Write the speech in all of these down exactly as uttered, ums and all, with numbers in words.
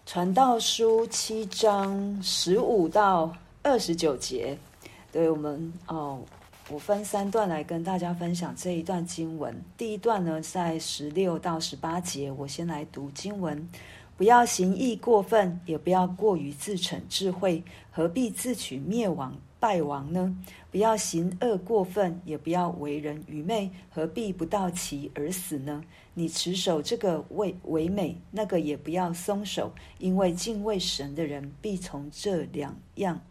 传道书七章十五到二十九节，对我们哦，我分三段来跟大家分享这一段经文。第一段呢，在十六到十八节，我先来读经文。不要行义过分，也不要过于自逞智慧，何必自取灭亡败亡呢？不要行恶过分，也不要为人愚昧，何必不到期而死呢？你持守这个为为美，那个也不要松手，因为敬畏神的人必从这两样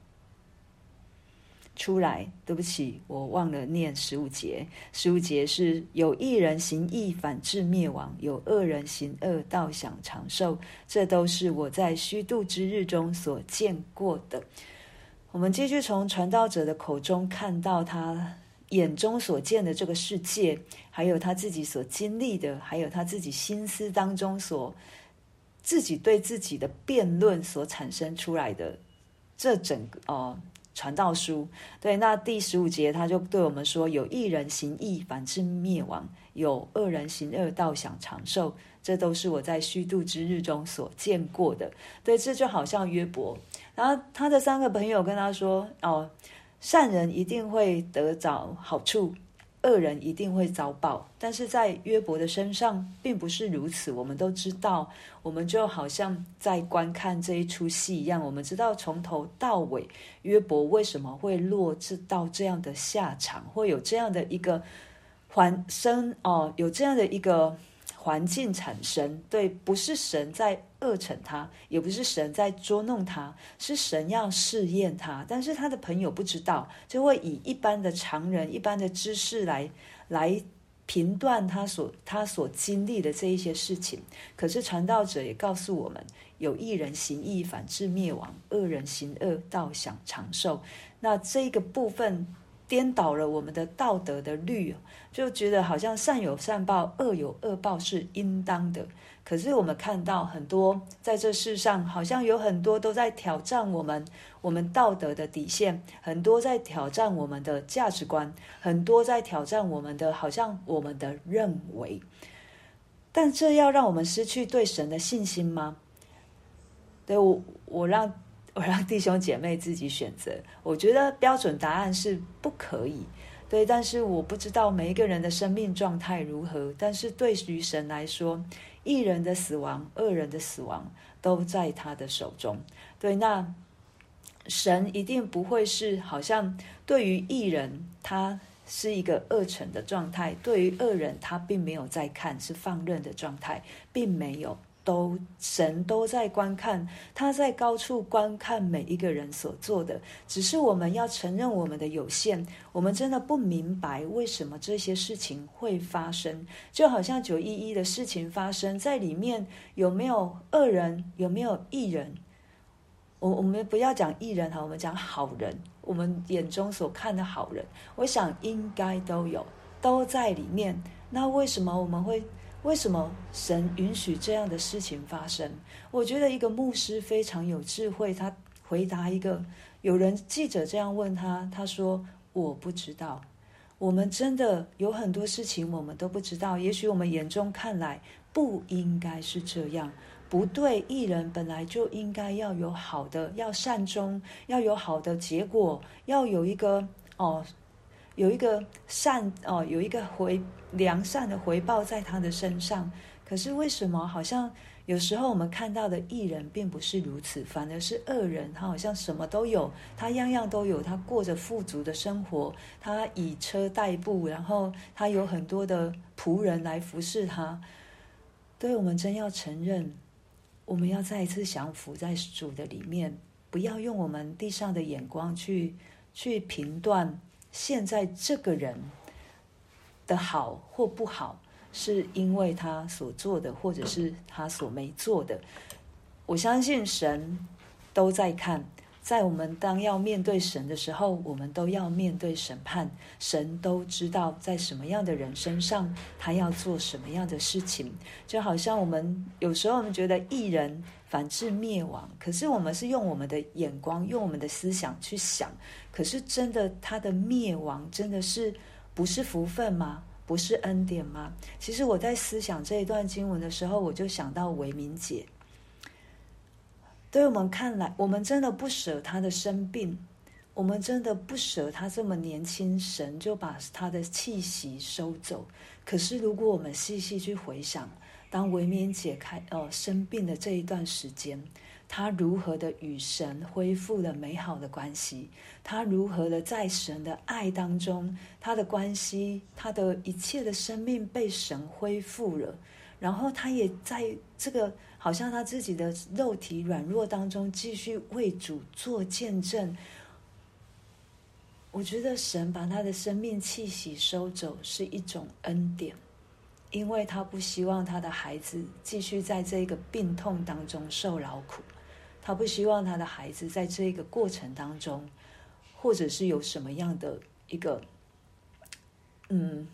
出来。对不起，我忘了念十五节。十五节是有义人行义，反致灭亡；有恶人行恶，倒享长寿。这都是我在虚度之日中所见过的。我们继续从传道者的口中看到他眼中所见的这个世界，还有他自己所经历的，还有他自己心思当中所自己对自己的辩论所产生出来的这整个哦。传道书。对，那第十五节他就对我们说，有义人行义，反致灭亡；有恶人行恶，倒享长寿。这都是我在虚度之日中所见过的。对，这就好像约伯，然后他的三个朋友跟他说，哦，善人一定会得着好处，恶人一定会遭报。但是在约伯的身上并不是如此。我们都知道，我们就好像在观看这一出戏一样，我们知道从头到尾约伯为什么会落至到这样的下场，会有这样的一个环生哦，有这样的一个环境产生。对，不是神在恶惩他，也不是神在捉弄他，是神要试验他。但是他的朋友不知道，就会以一般的常人、一般的知识来来评断他所他所经历的这一些事情。可是传道者也告诉我们，有义人行义，反致灭亡；恶人行恶，倒享长寿。那这个部分颠倒了我们的道德的律，就觉得好像善有善报，恶有恶报是应当的。可是我们看到很多在这世上，好像有很多都在挑战我们我们道德的底线，很多在挑战我们的价值观，很多在挑战我们的好像我们的认为。但这要让我们失去对神的信心吗？对，我我让我让弟兄姐妹自己选择。我觉得标准答案是不可以。对，但是我不知道每一个人的生命状态如何。但是对于神来说，义人的死亡、恶人的死亡都在他的手中。对，那神一定不会是好像对于义人他是一个恶惩的状态，对于恶人他并没有在看，是放任的状态，并没有。都神都在观看，他在高处观看每一个人所做的。只是我们要承认我们的有限，我们真的不明白为什么这些事情会发生。就好像九一一的事情发生，在里面有没有恶人，有没有义人？我我们不要讲义人哈，我们讲好人，我们眼中所看的好人，我想应该都有，都在里面。那为什么我们会为什么神允许这样的事情发生？我觉得一个牧师非常有智慧，他回答一个有人记者这样问他，他说我不知道。我们真的有很多事情我们都不知道，也许我们眼中看来不应该是这样，不对。义人本来就应该要有好的，要善终，要有好的结果，要有一个哦有一个善哦，有一个回良善的回报在他的身上。可是为什么好像有时候我们看到的义人并不是如此，反而是恶人，他好像什么都有，他样样都有，他过着富足的生活，他以车代步，然后他有很多的仆人来服侍他。对，我们真要承认，我们要再一次降服在主的里面，不要用我们地上的眼光去去评断现在这个人的好或不好，是因为他所做的，或者是他所没做的。我相信神都在看，在我们当要面对神的时候，我们都要面对审判。神都知道在什么样的人身上他要做什么样的事情。就好像我们有时候我们觉得义人反致灭亡，可是我们是用我们的眼光，用我们的思想去想，可是真的他的灭亡真的是不是福分吗？不是恩典吗？其实我在思想这一段经文的时候，我就想到维明姐。 对我们看来，我们真的不舍他的生病，我们真的不舍他这么年轻，神就把他的气息收走。可是如果我们细细去回想，当维敏姐开呃生病的这一段时间，她如何的与神恢复了美好的关系，她如何的在神的爱当中，她的关系，她的一切的生命被神恢复了。然后她也在这个好像她自己的肉体软弱当中继续为主做见证。我觉得神把他的生命气息收走是一种恩典，因为他不希望他的孩子继续在这个病痛当中受劳苦，他不希望他的孩子在这个过程当中，或者是有什么样的一个嗯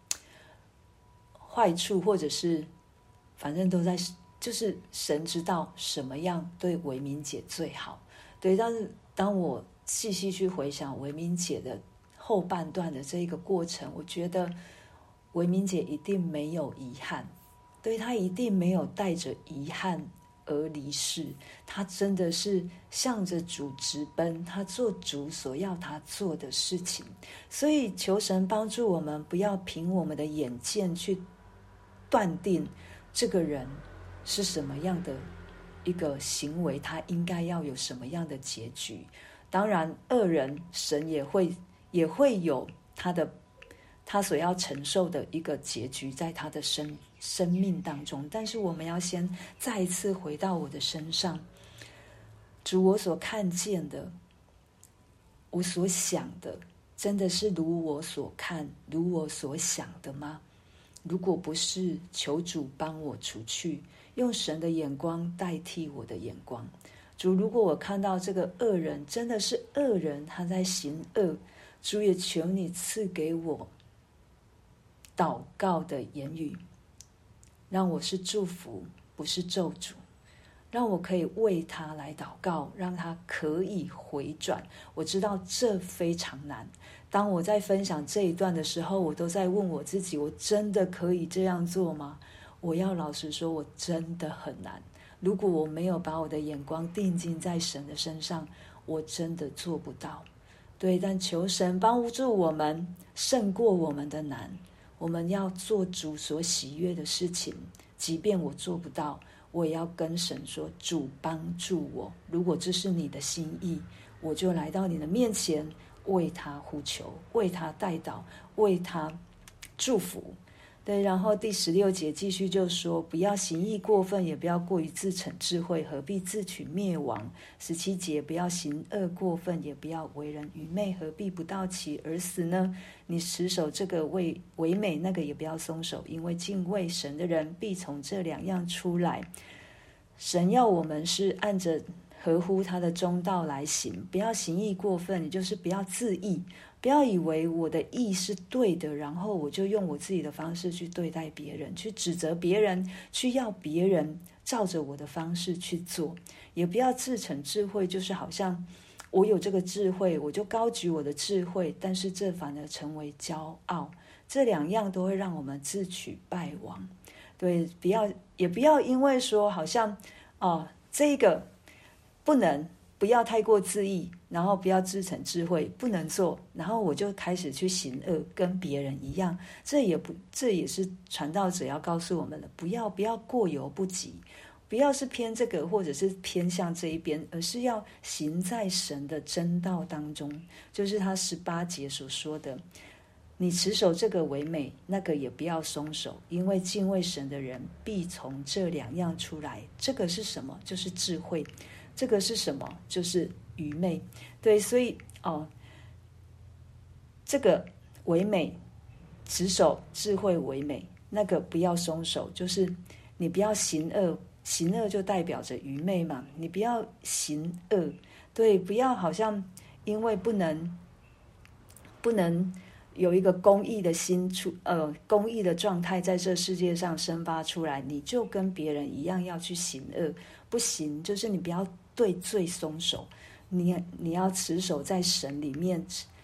坏处，或者是反正都在，就是神知道什么样对维敏姐最好。对，但是当我细细去回想维敏姐的后半段的这一个过程，我觉得维敏姐一定没有遗憾，对，她一定没有带着遗憾而离世，她真的是向着主直奔，她做主所要她做的事情。所以求神帮助我们，不要凭我们的眼见去断定这个人是什么样的一个行为，他应该要有什么样的结局。当然恶人神也会也会有他的他所要承受的一个结局在他的生生命当中，但是我们要先再一次回到我的身上，主，我所看见的，我所想的，真的是如我所看如我所想的吗？如果不是，求主帮我除去，用神的眼光代替我的眼光。主，如果我看到这个恶人真的是恶人，他在行恶，主也求你赐给我祷告的言语，让我是祝福不是咒诅，让我可以为他来祷告，让他可以回转。我知道这非常难，当我在分享这一段的时候，我都在问我自己，我真的可以这样做吗？我要老实说，我真的很难。如果我没有把我的眼光定睛在神的身上，我真的做不到。对，但求神帮助我们胜过我们的难，我们要做主所喜悦的事情，即便我做不到，我也要跟神说，主帮助我，如果这是你的心意，我就来到你的面前，为他呼求，为他代祷，为他祝福。对，然后第十六节继续就说，不要行义过分，也不要过于自逞智慧，何必自取灭亡。十七节，不要行恶过分，也不要为人愚昧，何必不到期而死呢？你持守这个为为美，那个也不要松手，因为敬畏神的人必从这两样出来。神要我们是按着合乎他的中道来行，不要行义过分，也就是不要自义，不要以为我的义是对的，然后我就用我自己的方式去对待别人，去指责别人，去要别人照着我的方式去做。也不要自逞智慧，就是好像我有这个智慧，我就高举我的智慧，但是这反而成为骄傲。这两样都会让我们自取败亡。对，不要也不要因为说好像哦，这个不能，不要太过自义，然后不要自逞智慧，不能做，然后我就开始去行恶，跟别人一样。这也不，这也是传道者要告诉我们的，不要不要过犹不及，不要是偏这个或者是偏向这一边，而是要行在神的真道当中。就是他十八节所说的，你持守这个为美，那个也不要松手，因为敬畏神的人必从这两样出来。这个是什么？就是智慧。这个是什么？就是愚昧。对，所以哦，这个为美，持守智慧为美，那个不要松手，就是你不要行恶，行恶就代表着愚昧嘛，你不要行恶，对，不要好像因为不能不能有一个公义的心出呃公义的状态在这世界上生发出来，你就跟别人一样要去行恶，不行，就是你不要对罪松手，你你要持守在神里面，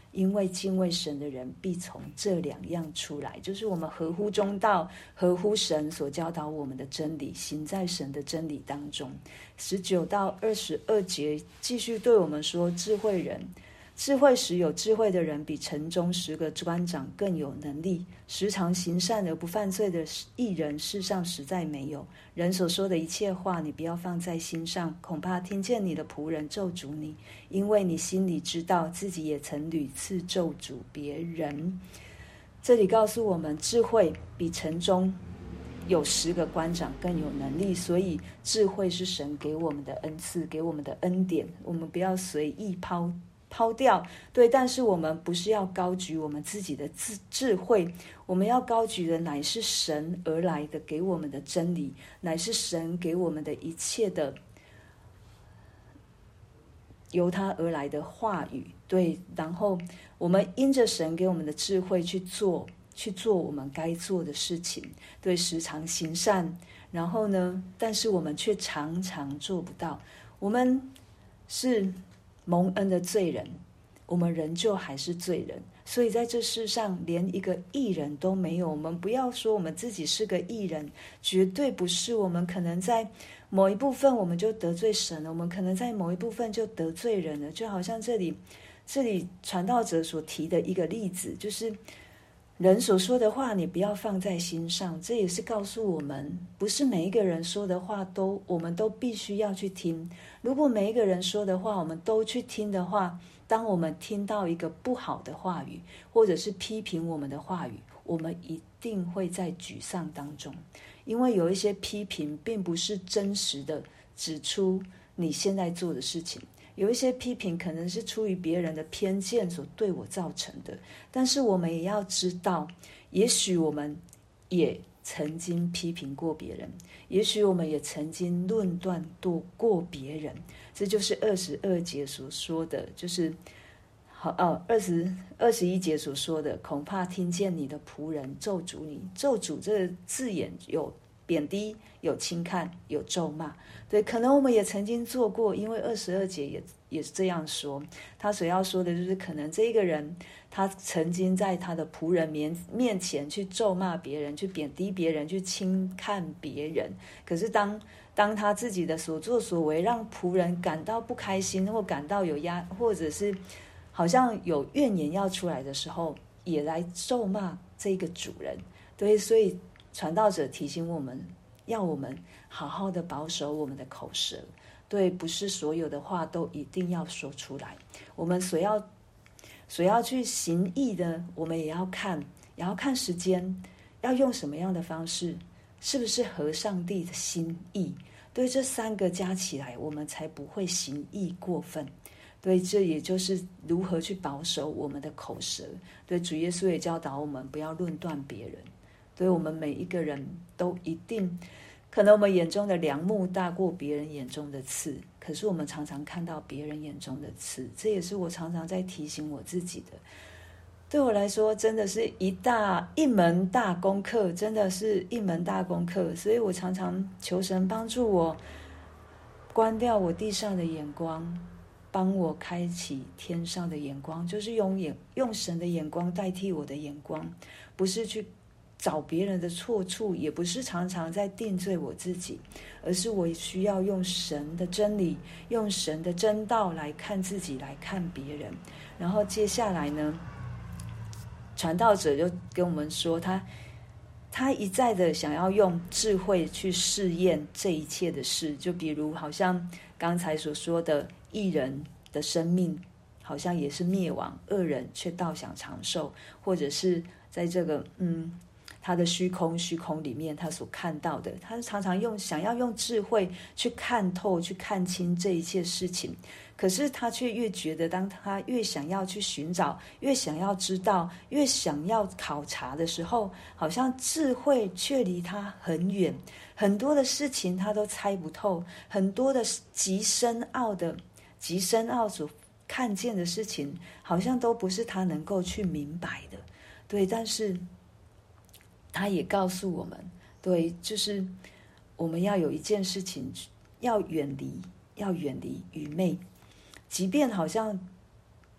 因为敬畏神的人必从这两样出来，就是我们合乎中道，合乎神所教导我们的真理，行在神的真理当中。十九到二十二节继续对我们说，智慧人智慧时有智慧的人，比城中十个官长更有能力。时常行善而不犯罪的义人，世上实在没有。人所说的一切话，你不要放在心上，恐怕听见你的仆人咒诅你，因为你心里知道自己也曾屡次咒诅别人。这里告诉我们，智慧比城中有十个官长更有能力，所以智慧是神给我们的恩赐，给我们的恩典，我们不要随意抛抛掉。对，但是我们不是要高举我们自己的智智慧，我们要高举的乃是神而来的给我们的真理，乃是神给我们的一切的由他而来的话语。对，然后我们因着神给我们的智慧去做去做我们该做的事情。对，时常行善，然后呢，但是我们却常常做不到。我们是蒙恩的罪人，我们仍旧还是罪人，所以在这世上连一个义人都没有。我们不要说我们自己是个义人，绝对不是。我们可能在某一部分我们就得罪神了，我们可能在某一部分就得罪人了。就好像这里这里传道者所提的一个例子，就是人所说的话你不要放在心上。这也是告诉我们，不是每一个人说的话都我们都必须要去听。如果每一个人说的话我们都去听的话，当我们听到一个不好的话语，或者是批评我们的话语，我们一定会在沮丧当中。因为有一些批评并不是真实的指出你现在做的事情，有一些批评可能是出于别人的偏见所对我造成的。但是我们也要知道，也许我们也曾经批评过别人，也许我们也曾经论断过别人。这就是二十二节所说的，就是好哦，二十二十一节所说的，恐怕听见你的仆人咒诅你。咒诅这个字眼有贬低，有轻看，有咒骂。对，可能我们也曾经做过，因为二十二节也也是这样说。他所要说的就是，可能这一个人他曾经在他的仆人面面前去咒骂别人，去贬低别人，去轻看别人。可是当当他自己的所作所为让仆人感到不开心，或感到有压，或者是好像有怨言要出来的时候，也来咒骂这个主人。对，所以传道者提醒我们，要我们好好的保守我们的口舌。对，不是所有的话都一定要说出来。我们所要所要去行义的，我们也要看，也要看时间，要用什么样的方式，是不是合上帝的心意。对，这三个加起来，我们才不会行义过分。对，这也就是如何去保守我们的口舌。对，主耶稣也教导我们不要论断别人。对，我们每一个人都一定，可能我们眼中的梁木大过别人眼中的刺，可是我们常常看到别人眼中的刺。这也是我常常在提醒我自己的。对我来说，真的是一大一门大功课，真的是一门大功课。所以我常常求神帮助我关掉我地上的眼光，帮我开启天上的眼光，就是用眼用神的眼光代替我的眼光，不是去找别人的错处，也不是常常在定罪我自己，而是我需要用神的真理，用神的真道来看自己，来看别人。然后接下来呢，传道者就跟我们说，他他一再的想要用智慧去试验这一切的事。就比如好像刚才所说的，义人的生命好像也是灭亡，恶人却倒享长寿。或者是在这个嗯他的虚空虚空里面，他所看到的，他常常用想要用智慧去看透，去看清这一切事情。可是他却越觉得，当他越想要去寻找，越想要知道，越想要考察的时候，好像智慧却离他很远，很多的事情他都猜不透，很多的极深奥的极深奥所看见的事情，好像都不是他能够去明白的。对，但是他也告诉我们，对，就是我们要有一件事情，要远离要远离愚昧。即便好像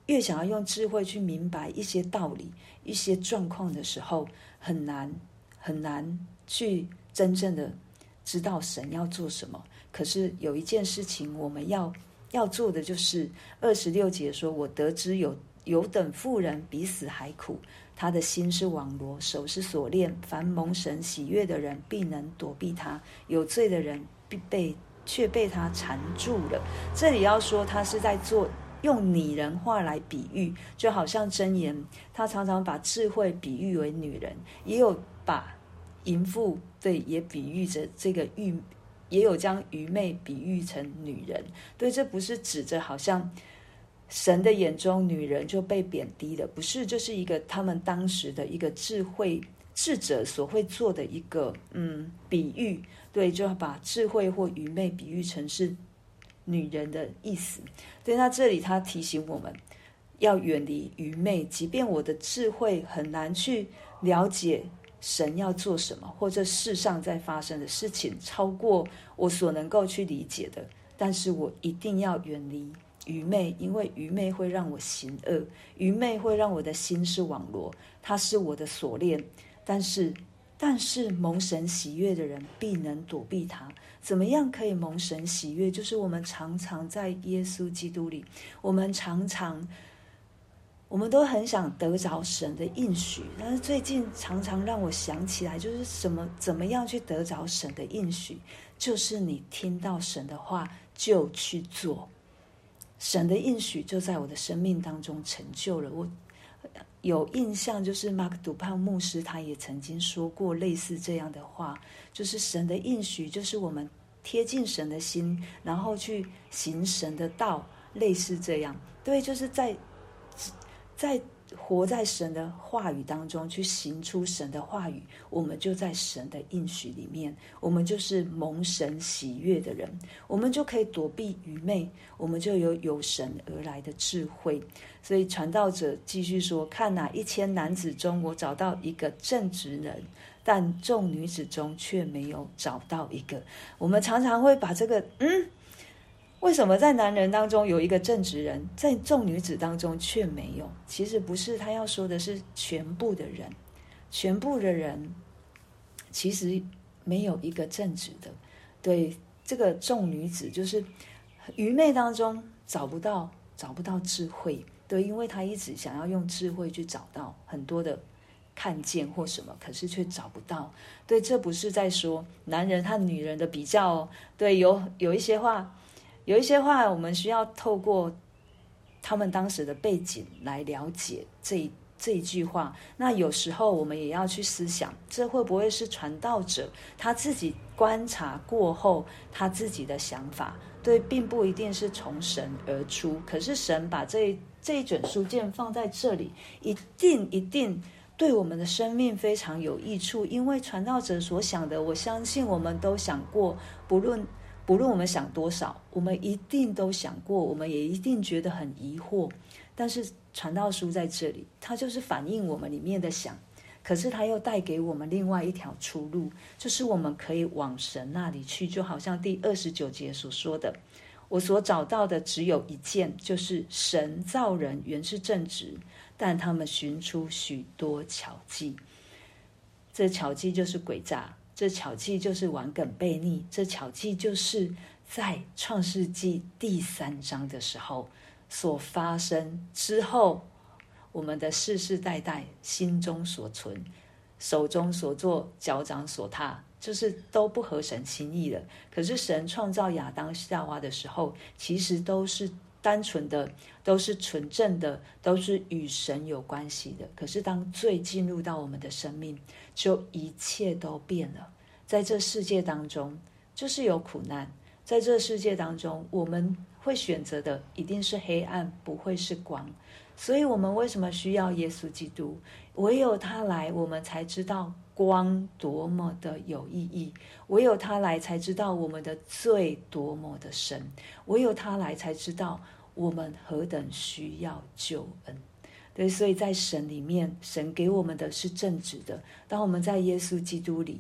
越想要用智慧去明白一些道理、一些状况的时候，很难很难去真正的知道神要做什么。可是有一件事情我们要要做的，就是二十六节说，我得知有有等妇人比死还苦，他的心是网罗，手是锁链，凡蒙神喜悦的人必能躲避他，有罪的人必被却被他缠住了。这里要说他是在做用拟人化来比喻，就好像箴言，他常常把智慧比喻为女人，也有把淫妇对也比喻着这个愚，也有将愚昧比喻成女人。对，这不是指着好像神的眼中女人就被贬低了，不是，这是一个他们当时的一个智慧智者所会做的一个嗯比喻。对，就要把智慧或愚昧比喻成是女人的意思。对，那这里他提醒我们要远离愚昧，即便我的智慧很难去了解神要做什么，或者世上在发生的事情超过我所能够去理解的，但是我一定要远离愚昧，因为愚昧会让我行恶，愚昧会让我的心是网罗，它是我的锁链。但是但是蒙神喜悦的人必能躲避他。怎么样可以蒙神喜悦？就是我们常常在耶稣基督里，我们常常我们都很想得着神的应许，但是最近常常让我想起来，就是什么怎么样去得着神的应许，就是你听到神的话就去做，神的应许就在我的生命当中成就了。我有印象，就是马克杜潘牧师他也曾经说过类似这样的话，就是神的应许就是我们贴近神的心，然后去行神的道，类似这样。对，就是在在活在神的话语当中，去行出神的话语，我们就在神的应许里面，我们就是蒙神喜悦的人，我们就可以躲避愚昧，我们就有由神而来的智慧。所以传道者继续说，看哪，一千男子中我找到一个正直人，但众女子中却没有找到一个。我们常常会把这个嗯为什么在男人当中有一个正直人，在众女子当中却没有？其实不是，他要说的是全部的人，全部的人其实没有一个正直的。对，这个众女子就是愚昧当中找不到找不到智慧。对，因为他一直想要用智慧去找到很多的看见或什么，可是却找不到。对，这不是在说男人和女人的比较哦。对，有有一些话。有一些话我们需要透过他们当时的背景来了解这这一句话。那有时候我们也要去思想，这会不会是传道者他自己观察过后他自己的想法？对，并不一定是从神而出，可是神把这这一卷书卷放在这里，一定一定对我们的生命非常有益处。因为传道者所想的，我相信我们都想过，不论不论我们想多少，我们一定都想过，我们也一定觉得很疑惑。但是传道书在这里，它就是反映我们里面的想，可是它又带给我们另外一条出路，就是我们可以往神那里去。就好像第二十九节所说的，我所找到的只有一件，就是神造人原是正直，但他们寻出许多巧计。这巧计就是诡诈，这巧计就是顽梗悖逆，这巧计就是在创世纪第三章的时候所发生之后，我们的世世代代心中所存，手中所做，脚掌所踏，就是都不合神心意了。可是神创造亚当夏娃的时候，其实都是单纯的，都是纯正的，都是与神有关系的。可是当罪进入到我们的生命，就一切都变了。在这世界当中就是有苦难，在这世界当中我们会选择的一定是黑暗，不会是光。所以我们为什么需要耶稣基督？唯有他来，我们才知道光多么的有意义，唯有他来才知道我们的罪多么的深，唯有他来才知道我们何等需要救恩。对，所以在神里面，神给我们的是正直的。当我们在耶稣基督里，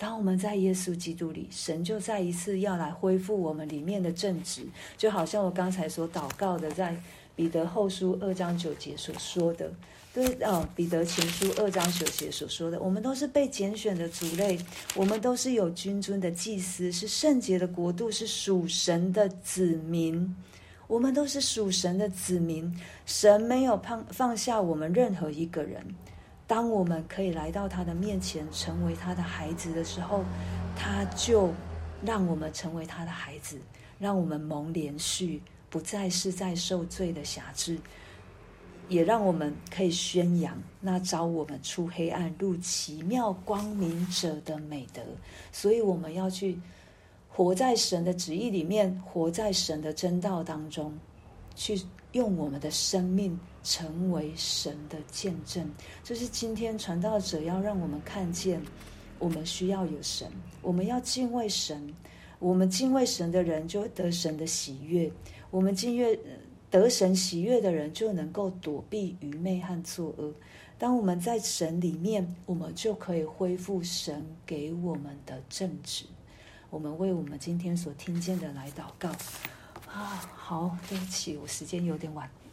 当我们在耶稣基督里，神就再一次要来恢复我们里面的正直，就好像我刚才所祷告的，在彼得后书二章九节所说的，对哦，彼得前书二章九节所说的，我们都是被拣选的族类，我们都是有君尊的祭司，是圣洁的国度，是属神的子民。我们都是属神的子民，神没有放放下我们任何一个人。当我们可以来到他的面前，成为他的孩子的时候，他就让我们成为他的孩子，让我们蒙连续，不再是在受罪的辖制，也让我们可以宣扬那召我们出黑暗入奇妙光明者的美德。所以我们要去活在神的旨意里面，活在神的真道当中，去用我们的生命成为神的见证。这是今天传道者要让我们看见，我们需要有神，我们要敬畏神，我们敬畏神的人就得神的喜悦，我们敬畏得神喜悦的人就能够躲避愚昧和作恶。当我们在神里面，我们就可以恢复神给我们的正直。我们为我们今天所听见的来祷告啊！好，对不起，我时间有点晚。